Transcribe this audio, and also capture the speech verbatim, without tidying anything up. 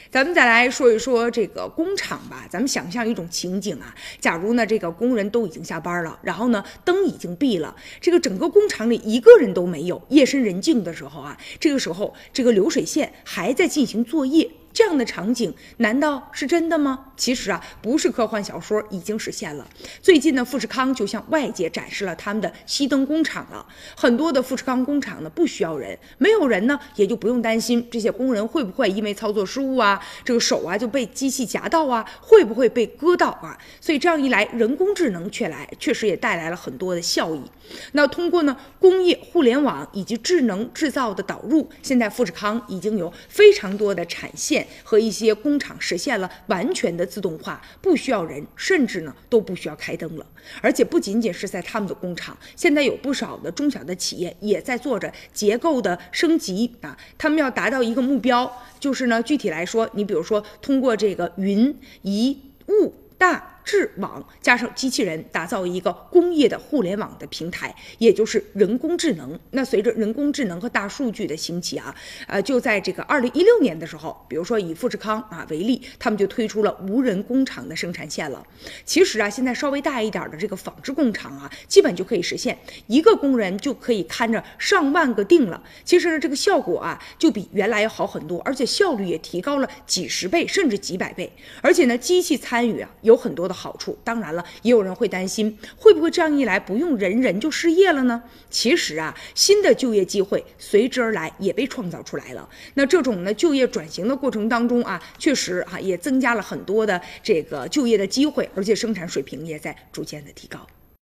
咱们再来说一说这个工厂吧，咱们想象一种情景啊，假如呢这个工人都已经下班了，然后呢灯已经闭了，这个整个工厂里一个人都没有，夜深人静的时候啊，这个时候这个流水线还在进行作业。这样的场景难道是真的吗？其实啊，不是科幻小说，已经实现了。最近呢，富士康就向外界展示了他们的熄灯工厂了。很多的富士康工厂呢不需要人，没有人呢也就不用担心这些工人会不会因为操作失误啊，这个手啊就被机器夹到啊，会不会被割到啊？所以这样一来，人工智能却来确实也带来了很多的效益。那通过呢工业互联网以及智能制造的导入，现在富士康已经有非常多的产线和一些工厂实现了完全的自动化，不需要人，甚至呢都不需要开灯了。而且不仅仅是在他们的工厂，现在有不少的中小的企业也在做着结构的升级啊，他们要达到一个目标，就是呢具体来说，你比如说通过这个云移物大智网加上机器人，打造一个工业的互联网的平台，也就是人工智能。那随着人工智能和大数据的兴起啊，呃，就在这个二零一六年的时候，比如说以富士康啊为例，他们就推出了无人工厂的生产线了。其实啊，现在稍微大一点的这个纺织工厂啊，基本就可以实现一个工人就可以看着上万个锭了。其实呢，这个效果啊，就比原来要好很多，而且效率也提高了几十倍甚至几百倍。而且呢，机器参与啊，有很多的好处。当然了，也有人会担心，会不会这样一来不用人人就失业了呢？其实啊，新的就业机会随之而来也被创造出来了。那这种呢就业转型的过程当中啊，确实啊也增加了很多的这个就业的机会，而且生产水平也在逐渐的提高。